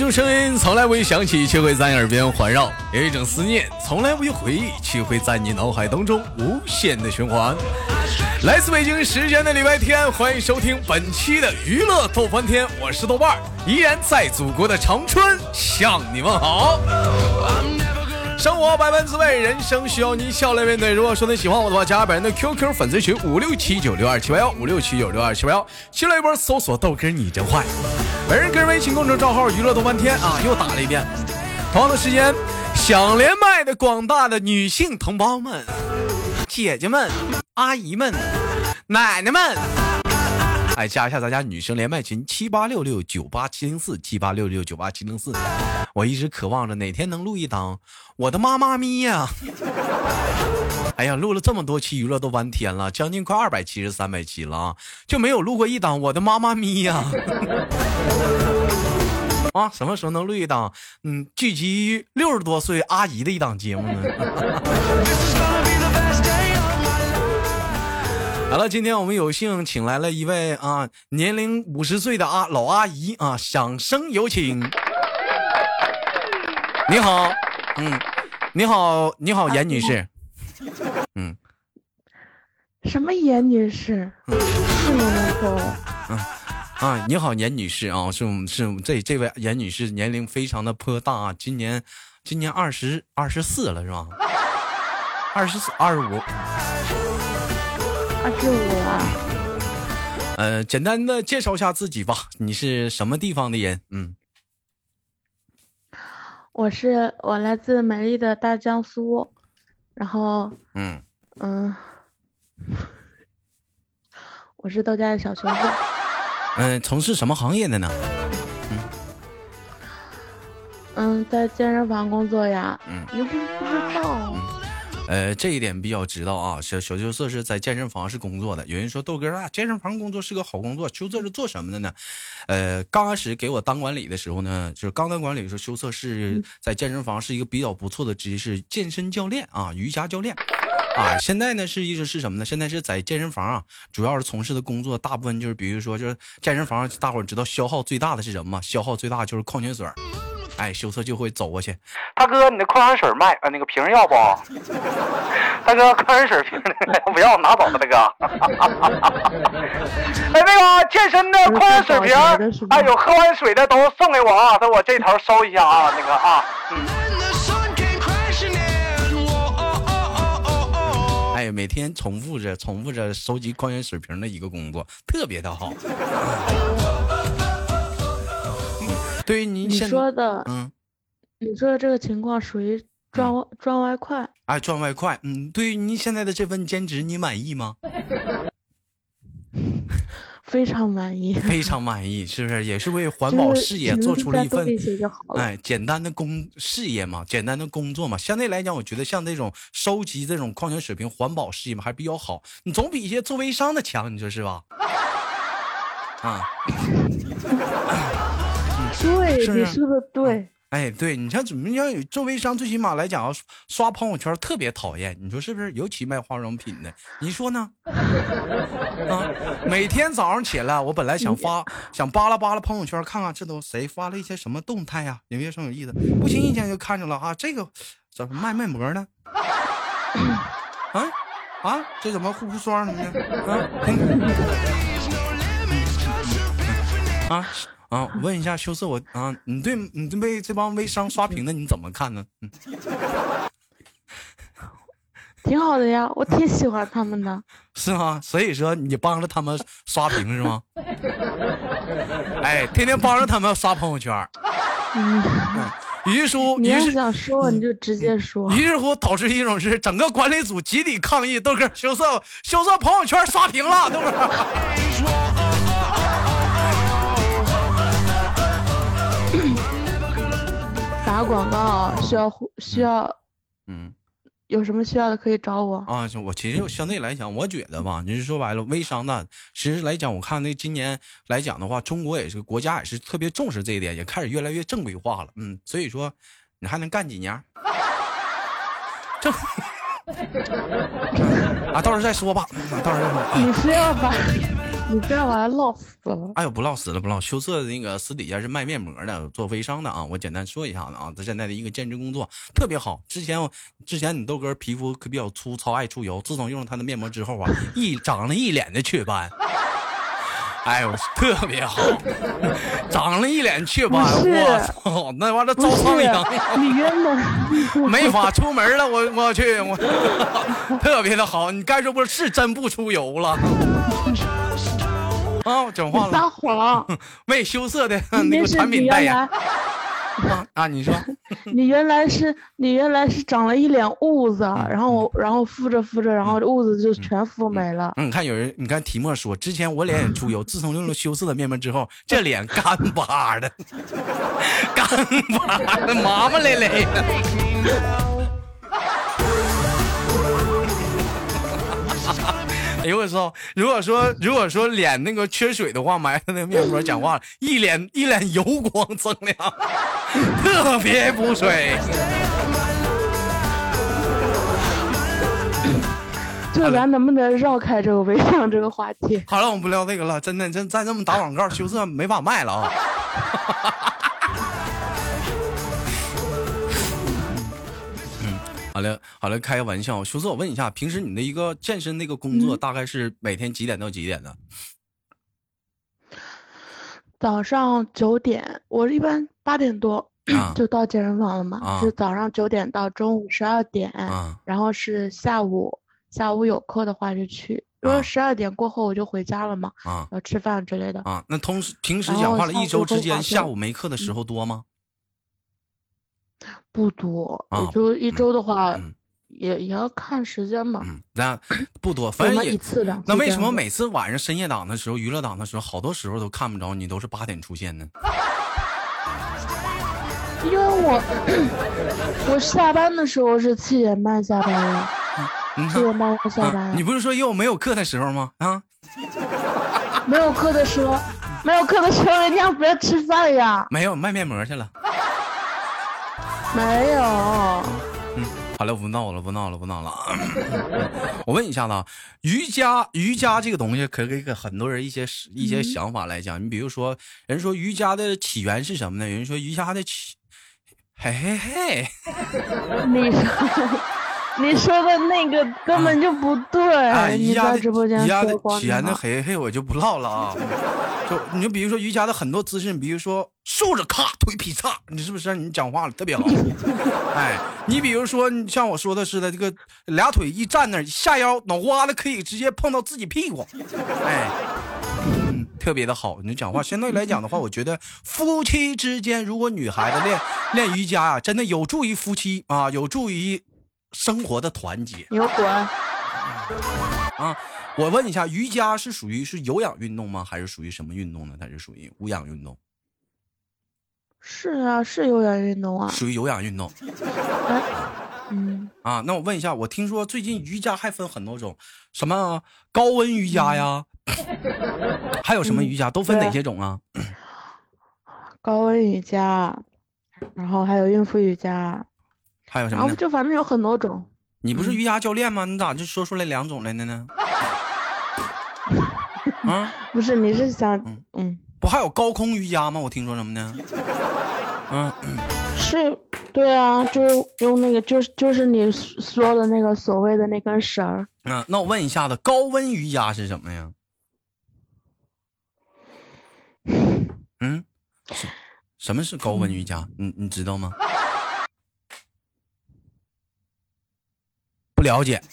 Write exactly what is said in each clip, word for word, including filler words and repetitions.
种声音从来未响起，却会在你耳边环绕；有一种思念从来未回忆，却会在你脑海当中无限的循环。来自北京时间的礼拜天，欢迎收听本期的娱乐逗翻天，我是豆瓣，依然在祖国的长春向你们好。生活百般滋味，人生需要你笑来面对。如果说你喜欢我的话，加本人的 Q Q 粉丝群五六七九六二七八幺五六七九六二七八幺，新来一波搜索豆哥你真坏。本人个人微信公众账号娱乐逗翻天啊，又打了一遍。同样的时间，想连麦的广大的女性同胞们、姐姐们、阿姨们、奶奶们。哎，加一下咱家女生连麦群七八六六九八七零四七八六六九八七零四。我一直渴望着哪天能录一档我的妈妈咪呀！哎呀，录了这么多期娱乐豆翻天了，将近快二百期是三百期了，就没有录过一档我的妈妈咪呀！啊，什么时候能录一档嗯聚集六十多岁阿姨的一档节目呢？好了，今天我们有幸请来了一位啊年龄五十岁的啊老阿姨啊，掌声有请。你好，嗯，你好，你好，严女士，嗯， 什么严女士？嗯，是我们说， 嗯啊，你好，严女士啊，是是这这位严女士年龄非常的颇大啊，今年今年二十二十四了是吧？二十四二十五。 二十五了。 呃，简单的介绍一下自己吧，你是什么地方的人？嗯， 我是我来自美丽的大江苏，然后嗯嗯，我是豆家的小熊子。 嗯、呃，从事什么行业的呢？ 嗯嗯，在健身房工作呀。嗯，你又不是不知道。嗯呃，这一点比较知道啊。小小羞涩是在健身房是工作的。有人说豆哥啊，健身房工作是个好工作。羞涩是做什么的呢？呃，刚开始给我当管理的时候呢，就是刚当管理的时候，羞涩是在健身房是一个比较不错的职业，是健身教练啊，瑜伽教练啊。现在呢是一直是什么呢？现在是在健身房啊，主要是从事的工作大部分就是比如说就是健身房，大伙儿知道消耗最大的是什么吗？消耗最大的就是矿泉水。哎，羞涩就会走过去，大哥，你的矿泉水卖呃那个瓶要不？大哥，矿泉水瓶要不要？拿走吧，大哥。哎，那个健身的矿泉水瓶，哎，有喝完水的都送给我啊，在我这头收一下啊，那个啊，嗯。哎，每天重复着重复着收集矿泉水瓶的一个工作，特别的好。对于您你说的，嗯，你说的这个情况属于赚、嗯、赚外快， 哎，赚外快，嗯，对于您现在的这份兼职，你满意吗？ 非常满意， 非常满意，是不是？也是为环保事业做出了一份，哎，简单的工事业嘛，简单的工作嘛。相对来讲，我觉得像这种收集这种矿泉水瓶环保事业嘛，还比较好。你总比一些做微商的强，你说是吧？啊。 对， 是是你说的对。 哎，对，你像怎么样？做微商最起码来讲，刷朋友圈特别讨厌，你说是不是？尤其卖化妆品的，你说呢？啊，每天早上起来，我本来想发，想扒拉扒拉朋友圈，看看这都谁发了一些什么动态呀、啊，有没有什么有意思？不行，一天就看着了啊，这个怎么卖面膜呢？啊啊，这怎么护肤霜什么的？啊啊。啊，我问一下羞涩，我啊，你对你对这帮微商刷屏的你怎么看呢？嗯， 挺好的呀，我挺喜欢他们的。 是吗？所以说你帮着他们刷屏是吗？哎，天天帮着他们刷朋友圈。嗯，于是乎， 你要想说你就直接说。 于是乎导致一种是整个管理组集体抗议，豆哥羞涩羞涩朋友圈刷屏了，豆哥。 打广告需要需要，嗯，有什么需要的可以找我啊。我其实相对来讲，我觉得吧，就是说白了，微商呢，其实来讲，我看那今年来讲的话，中国也是国家也是特别重视这一点，也开始越来越正规化了。嗯，所以说你还能干几年？正啊，到时候再说吧。到时候再说。 你是要把你这样我还唠死了。 哎呦，不唠死了，不唠。羞涩的那个私底下是卖面膜的，做微商的啊。我简单说一下子啊，他现在的一个兼职工作特别好。之前之前你豆哥皮肤可比较粗糙，爱出油。自从用了他的面膜之后啊，一长了一脸的雀斑。哎呦，特别好，长了一脸雀斑，我操，那玩意儿遭苍蝇， 你原本没法出门了，我我去，我特别的好，你该说不是真不出油了啊？整话了， 撒谎， 为羞涩的那个产品代言。啊啊！你说， 你原来是你原来是长了一脸痦子， 嗯、 然后我然后敷着敷着，然后痦子就全敷没了。 嗯，你看有人，你看提莫说，之前我脸也出油，自从用了羞涩的面膜之后，这脸干巴的，干巴的，麻麻咧咧的。哎呦我操！如果说如果说脸那个缺水的话，买他那面膜，讲话一脸一脸油光锃亮，特别补水。 就咱能不能绕开这个微商这个话题？ 好了，我们不聊这个了，真的，真再这么打广告，羞涩没法卖了啊。好了好了，开个玩笑。羞涩，我问一下，平时你的一个健身那个工作，大概是每天几点到几点的？ 早上九点，我一般八点多、啊、就到健身房了嘛。啊、是早上九点到中午十二点、啊，然后是下午下午有课的话就去。如果十二点过后我就回家了嘛。啊，要吃饭之类的。 啊，那同时平时讲话了，一周之间下午没课的时候多吗？ 不多，也、啊、就一周的话，嗯、也也要看时间嘛。 嗯，那不多，反正也一次的。 那为什么每次晚上深夜档的时候、娱乐档的时候，好多时候都看不着你，都是八点出现呢？ 因为我我下班的时候是七点半下班了，嗯、七点半下班、啊。 你不是说有没有课的时候吗？啊， 没有课的时候，没有课的时候，人家不要吃饭呀。 没有，卖面膜去了。 没有， 嗯，好了，不闹了，不闹了，不闹了。我问一下子，瑜伽，瑜伽这个东西，可以给很多人一些一些想法来讲。嗯、你比如说，人说瑜伽的起源是什么呢？有人说瑜伽的起，嘿嘿嘿。 你说，你说的那个根本就不对。啊、你在直播间说瑜伽的起源的嘿嘿嘿，我就不唠了啊。就你就比如说瑜伽的很多姿势，比如说竖着咔腿劈叉，你是不是你讲话了特别好？哎，你比如说你像我说的似的，这个俩腿一站那儿，下腰脑瓜子可以直接碰到自己屁股，哎，嗯，特别的好。你讲话相对来讲的话，我觉得夫妻之间如果女孩子练练瑜伽啊，真的有助于夫妻啊，有助于生活的团结。 有滚啊！我问一下，瑜伽是属于是有氧运动吗？还是属于什么运动呢？它是属于无氧运动？ 是啊，是有氧运动啊， 属于有氧运动。 嗯啊，那我问一下，我听说最近瑜伽还分很多种，什么高温瑜伽呀，嗯、还有什么瑜伽、嗯、都分哪些种啊？ 高温瑜伽，然后还有孕妇瑜伽， 还有什么呢？ 就反正有很多种。 你不是瑜伽教练吗？你咋就说出来两种来的呢？啊， 不是，你是想嗯嗯， 不还有高空瑜伽吗？我听说什么呢？嗯， 是，对啊，就是用那个，就是就是你说的那个所谓的那根绳儿。 嗯，那我问一下子，高温瑜伽是什么呀？嗯，什么是高温瑜伽？你你知道吗？不了解。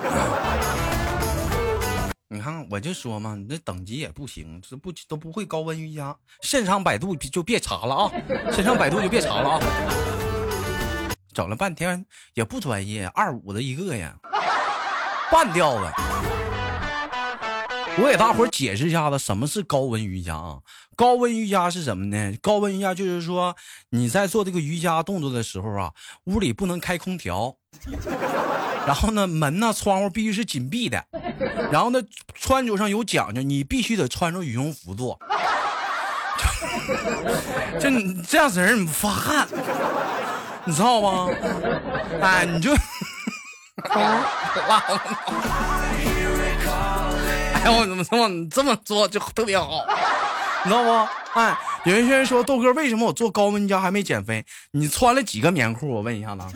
你看，我就说嘛，你这等级也不行，这不都不会高温瑜伽，线上百度就别查了啊，线上百度就别查了啊。整了半天也不专业，二五的一个呀，半吊子。我给大伙儿解释一下子，什么是高温瑜伽啊？高温瑜伽是什么呢？高温瑜伽就是说你在做这个瑜伽动作的时候啊，屋里不能开空调。然后呢，门呢、窗户必须是紧闭的。然后呢，穿着上有讲究，你必须得穿着羽绒服做。就你这样子人你发汗，你知道吗？哎，你就哎，我怎么这么这么做就特别好，你知道不？哎，有一些人说豆哥为什么我做高温瑜伽还没减肥？你穿了几个棉裤？我问一下呢。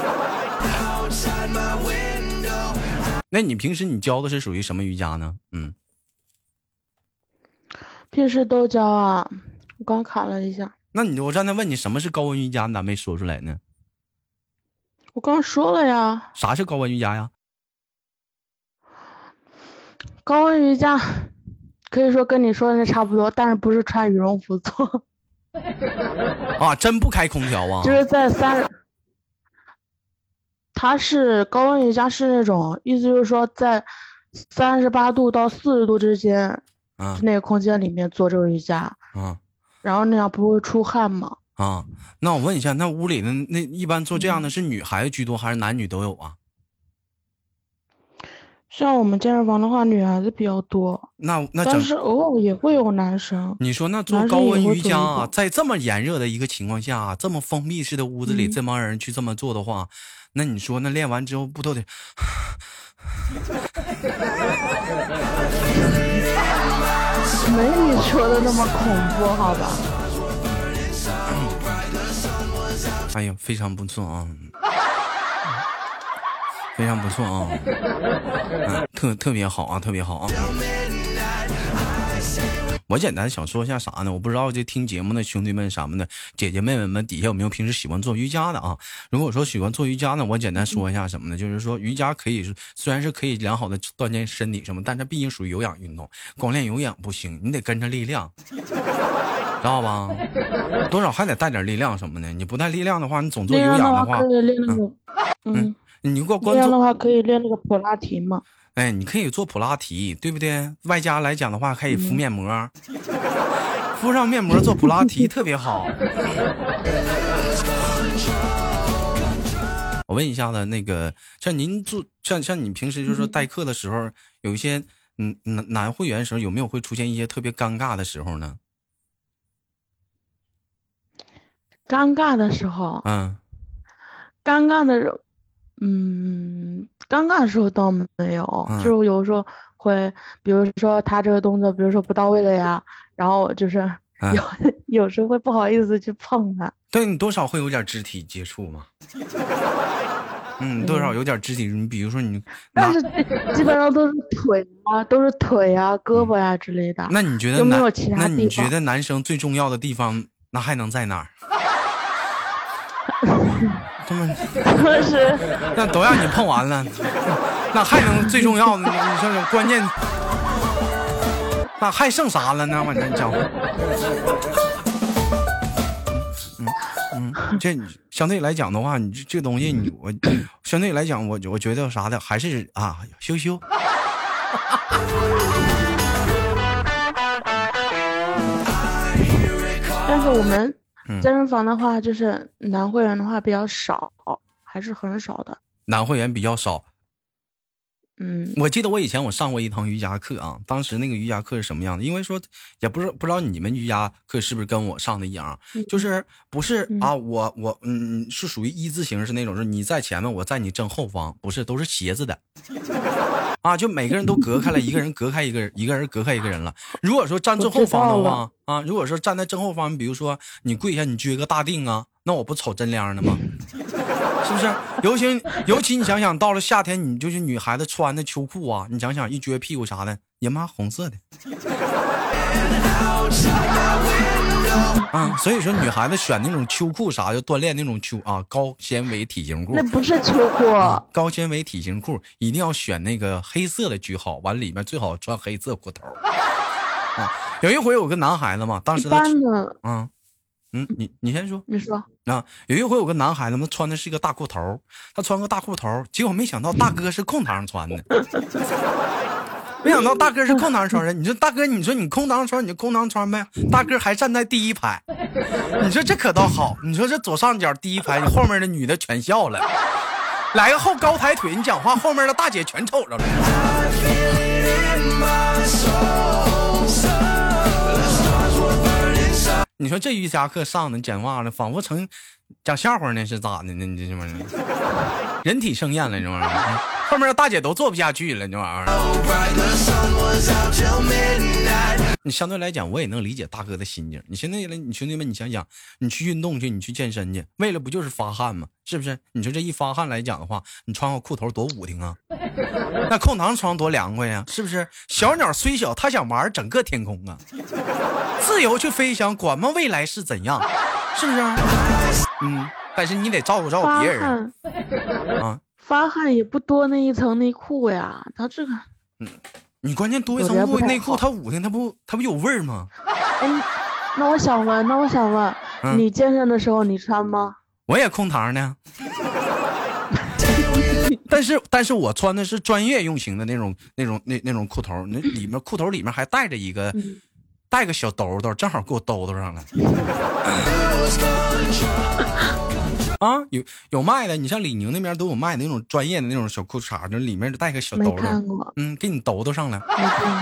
那你平时你教的是属于什么瑜伽呢？嗯， 平时都教啊，我刚卡了一下。 那你我刚才问你什么是高温瑜伽，你咋没说出来呢？ 我刚说了呀。 啥是高温瑜伽呀？ 高温瑜伽可以说跟你说的差不多，但是不是穿羽绒服做。 啊，真不开空调啊？ 就是在三，它是高温瑜伽是那种意思，就是说在三十八度到四十度之间，啊，那个空间里面做这个瑜伽，啊，然后那样不会出汗吗？ 啊，那我问一下，那屋里的那一般做这样的是女孩子居多，还是男女都有啊？ 像我们健身房的话，女孩子比较多， 那那但是偶尔也会有男生。 你说那做高温瑜伽啊，在这么炎热的一个情况下，这么封闭式的屋子里，嗯、这帮人去这么做的话，那你说那练完之后不都得？ 没你说的那么恐怖，好吧？ 哎呀，非常不错啊！非常不错啊，嗯，特特别好啊，特别好啊！我简单想说一下啥呢？我不知道这听节目的兄弟们什么的姐姐妹妹们底下有没有平时喜欢做瑜伽的啊？如果说喜欢做瑜伽呢，我简单说一下什么呢？就是说瑜伽可以虽然是可以良好的锻炼身体什么，但它毕竟属于有氧运动，光练有氧不行，你得跟着力量，知道吧？多少还得带点力量什么的。你不带力量的话，你总做有氧的话， 嗯。 嗯你给我关注。 这样的话可以练那个普拉提吗？ 哎，你可以做普拉提，对不对？外加来讲的话，可以敷面膜，嗯、敷上面膜做普拉提特别好。我问一下子，那个像您做像像你平时就是说代课的时候，嗯、有一些嗯男男会员的时候，有没有会出现一些特别尴尬的时候呢？ 尴尬的时候， 嗯， 尴尬的时候。嗯，尴尬的时候倒没有，嗯、就是有时候会，比如说他这个动作，比如说不到位了呀，然后就是有、嗯、有时候会不好意思去碰他。 对，你多少会有点肢体接触嘛。嗯，多少有点肢体，你比如说你， 但是基本上都是腿啊，都是腿啊、胳膊呀、啊、之类的。 那你觉得有没有其他地方？ 那你觉得男生最重要的地方，那还能在哪儿？他们是那都让你碰完了，那还能最重要的？你说说关键，那还剩啥了呢？我跟你讲，嗯嗯嗯，这相对来讲的话，你这这东西你我相对来讲，我我觉得啥的还是啊羞羞。 但是我们。健身房的话，就是男会员的话比较少，还是很少的。 男会员比较少。 嗯， 我记得我以前我上过一堂瑜伽课啊，当时那个瑜伽课是什么样的？因为说也不是不知道你们瑜伽课是不是跟我上的一样，嗯、就是不是啊，我我嗯是属于一字形，是那种是你在前面，我在你正后方，不是都是斜着的。啊，就每个人都隔开了，一个人隔开一个人，一个人隔开一个人了。如果说站正后方的话，啊，如果说站在正后方，比如说你跪下，你撅个大腚啊，那我不瞅真亮的吗？是不是？尤其尤其你想想，到了夏天，你就是女孩子穿的秋裤啊，你想想一撅屁股啥的，也妈红色的。啊、嗯，所以说女孩子选那种秋裤啥就锻炼那种秋啊高纤维体型裤。 那不是秋裤、 啊，高纤维体型裤一定要选那个黑色的居好，完里面最好穿黑色裤头。啊，有一回有个男孩子嘛，当时他嗯嗯，你你先说， 你说啊，有一回有个男孩子嘛，穿的是一个大裤头，他穿个大裤头，结果没想到大哥是空裆穿的。没想到大哥是空裆穿的，你说大哥，你说你空裆穿你就空裆穿呗，大哥还站在第一排，你说这可倒好，你说这左上角第一排，你后面的女的全笑了，来个后高抬腿，你讲话后面的大姐全瞅着了。你说这瑜伽课上的讲话了，仿佛成讲笑话呢，是咋的呢？你这玩意儿。 人体盛宴了，这玩意儿，后面大姐都做不下去了，这玩意儿。你相对来讲，我也能理解大哥的心情。你现在，你兄弟们，你想想，你去运动去，你去健身去，为了不就是发汗吗？是不是？你说这一发汗来讲的话，你穿个裤头多舞挺啊，那裤裆穿多凉快呀，是不是？小鸟虽小，它想玩整个天空啊，自由去飞翔，管吗未来是怎样，是不是？嗯，但是你得照顾照顾别人啊。 发汗也不多那一层内裤呀，它这个， 嗯，你关键多一层内裤，它捂的它不它不有味儿吗？ 哎，那我想问，那我想问，嗯、你健身的时候你穿吗？ 我也空膛呢，但是但是我穿的是专业用型的那种那种那那种裤头，那里面裤头里面还带着一个、嗯、带个小兜兜，正好给我兜兜上了。啊，有有卖的，你像李宁那边都有卖的那种专业的那种小裤衩，那里面带个小兜兜，嗯，给你兜兜上了。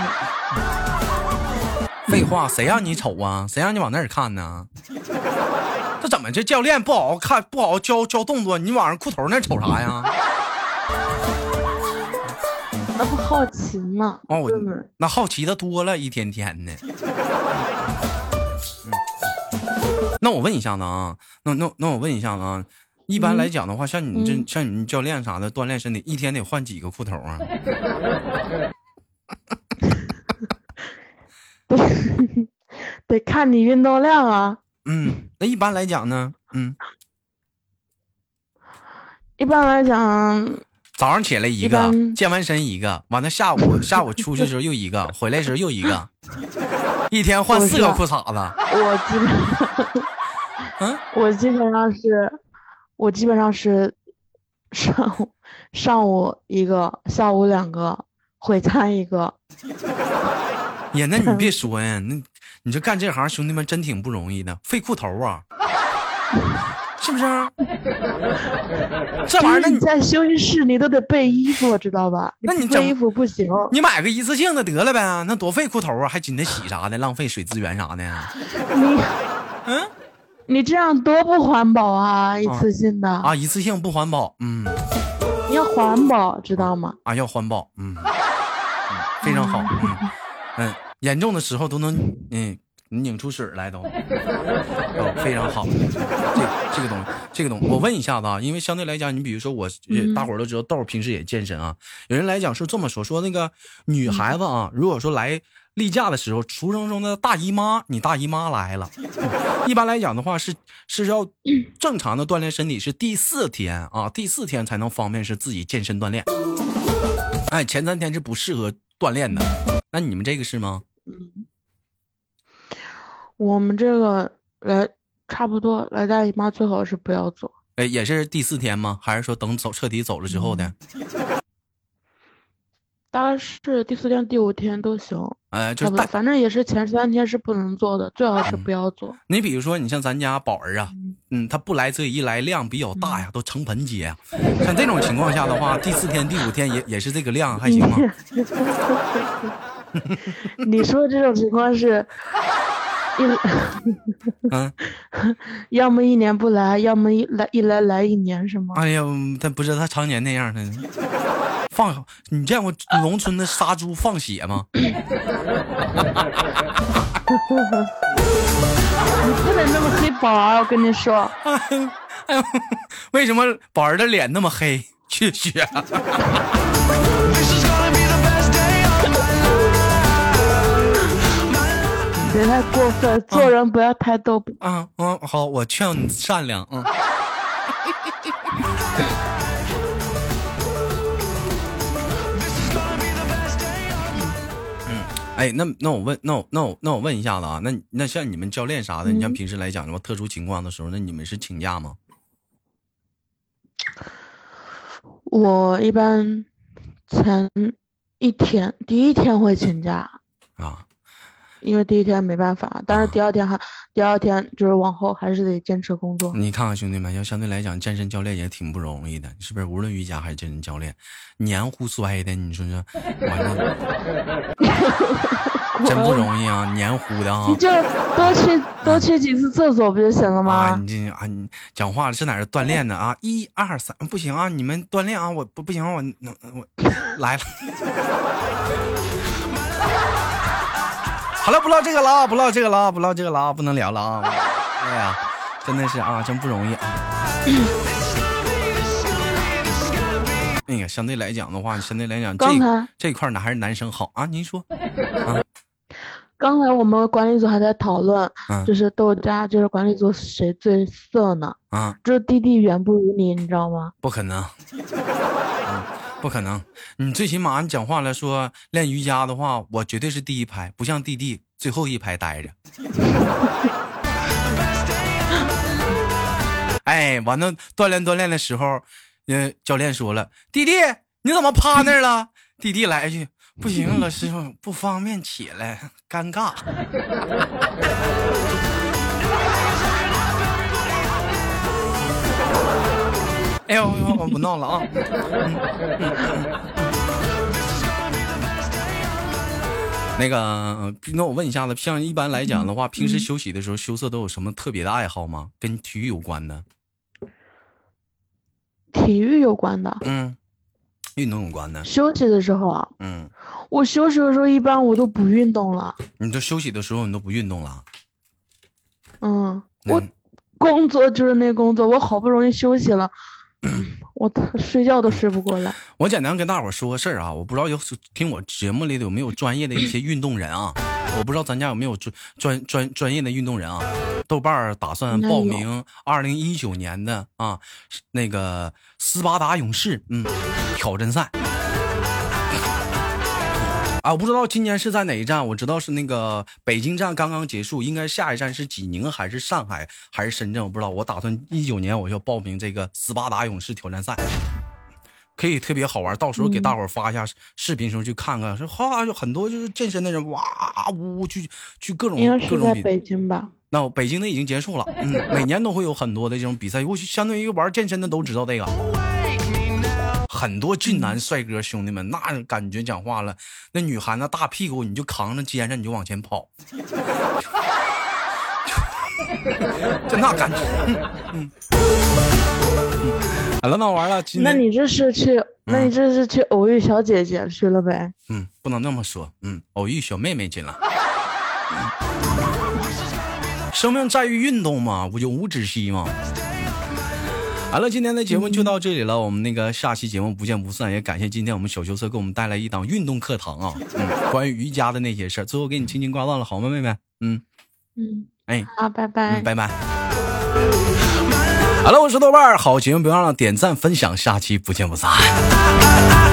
废话，谁让你瞅啊？谁让你往那儿看呢？这怎么这教练不好好看，不好好教教动作，你往上裤头那瞅啥呀？ 那不好奇吗？ 哦，那好奇的多了，一天天的。那我问一下子啊，那那那我问一下子啊，一般来讲的话，像你这、嗯、像你们教练啥的锻炼身体，一天得换几个裤头啊？ 得看你运动量啊。 嗯，那一般来讲呢？嗯， 一般来讲， 早上起来一个，健完身一个，完了下午下午出去的时候又一个，回来的时候又一个。一天换四个裤衩子， 我基本上，嗯，我基本上是，我基本上是上午上午一个，下午两个，回家一个。 呀，那你别说呀，那你这干这行，兄弟们真挺不容易的，废裤头啊，是不是？这玩意儿，那你在休息室你都得备衣服，知道吧？ 那你备衣服不行， 你买个一次性的得了呗，那多费裤头啊，还紧得洗啥的，浪费水资源啥的。 你，嗯，你这样多不环保啊！一次性的啊, 啊，一次性不环保，嗯， 你要环保，知道吗？ 啊，要环保，嗯，嗯非常好，嗯嗯，严重的时候都能嗯。你拧出水来都，哦，非常好。这这个东西，这个东西，我问一下子啊，因为相对来讲，你比如说我，大伙儿都知道豆平时也健身啊。有人来讲是这么说，说那个女孩子啊，如果说来例假的时候，出生中的大姨妈，你大姨妈来了，一般来讲的话是是要正常的锻炼身体是第四天啊，第四天才能方便是自己健身锻炼。哎，前三天是不适合锻炼的。那你们这个是吗？ 我们这个来差不多来大姨妈最好是不要做。 哎，也是第四天吗？还是说等走彻底走了之后的？ 大概是第四天、第五天都行。 哎，就是大反正也是前三天是不能做的，最好是不要做。 嗯、你比如说，你像咱家宝儿啊，嗯，他不来这一来量比较大呀，嗯、都成盆接呀。像这种情况下的话，第四天、第五天也也是这个量，还行吗？ 你说这种情况是？一嗯， 要么一年不来，要么一来一来来一年，是吗？ 哎呀，他不是他常年那样的，放你见过农村的杀猪放血吗？你不能那么黑宝儿，我跟你说。 哎呦，为什么宝儿的脸那么黑？缺血。 别太过分，做人不要太逗。 嗯嗯，好，我劝你善良。嗯。嗯，哎，那那我问，那我那我那我问一下子啊，那那像你们教练啥的，你像平时来讲的话，特殊情况的时候，那你们是请假吗？ 我一般前一天，第一天会请假啊。 因为第一天没办法，但是第二天还、啊、第二天就是往后还是得坚持工作。 你看看兄弟们，要相对来讲，健身教练也挺不容易的，是不是？无论瑜伽还是健身教练，黏糊摔的，你说说，完了， 真不容易啊，黏糊的啊！ 你就多去多去几次厕所不就行了吗？ 啊，你这啊，你讲话是哪儿锻炼的啊？一二三，不行啊，你们锻炼啊，我不不行，我我来了。好了，不唠这个了啊，不唠这个了啊，不唠这个了啊，不能聊了啊！哎呀，真的是啊，真不容易啊。那个相对来讲的话，相对来讲，这这块呢还是男生好啊。您说，啊， 刚才我们管理组还在讨论，嗯、就是豆家就是管理组谁最色呢？ 啊， 就是弟弟远不如你，你知道吗？ 不可能，嗯、不可能。你最起码你讲话来说练瑜伽的话，我绝对是第一排，不像弟弟最后一排待着。哎，完了锻炼锻炼的时候。呃，教练说了，弟弟你怎么趴那儿了？弟弟来一句，不行，老师傅不方便起来，尴尬。哎呦，我不闹了啊！那个，那我问一下子，像一般来讲的话，平时休息的时候，羞涩都有什么特别的爱好吗？跟体育有关的？ 体育有关的， 嗯，运动有关的。 休息的时候啊， 嗯， 我休息的时候一般我都不运动了。 你都休息的时候你都不运动了？ 嗯，我工作就是那工作，我好不容易休息了，我睡觉都睡不过来。 我简单跟大伙说个事儿啊，我不知道有听我节目里有没有专业的一些运动人啊。我不知道咱家有没有专专专专业的运动人啊？豆瓣儿打算报名二零一九年的啊那个斯巴达勇士嗯挑战赛啊，我不知道今年是在哪一站，我知道是那个北京站刚刚结束，应该下一站是济宁还是上海还是深圳，我不知道。我打算一九年我就报名这个斯巴达勇士挑战赛。可以特别好玩，到时候给大伙儿发一下视频时候去看看，说哈有很多就是健身的人哇呜呜去去各种应该是在比北京吧？ 那北京的已经结束了，嗯，每年都会有很多的这种比赛，我相对于玩健身的都知道这个，很多俊男帅哥兄弟们，那感觉讲话了，那女孩子大屁股你就扛着肩上你就往前跑，就那感觉，嗯。好了，那完了。 那你这是去，嗯、那你这是去偶遇小姐姐去了呗？ 嗯，不能那么说。嗯，偶遇小妹妹去了。嗯、生命在于运动嘛，永无止息嘛。好了，今天的节目就到这里了。嗯、我们那个下期节目不见不散，也感谢今天我们小羞涩给我们带来一档运动课堂啊。嗯，关于瑜伽的那些事儿，最后给你轻轻挂断了，好吗，妹妹？嗯嗯， 哎， 好，拜拜， 嗯、拜拜。好了，我是豆瓣儿，好节目别忘了点赞分享，下期不见不散。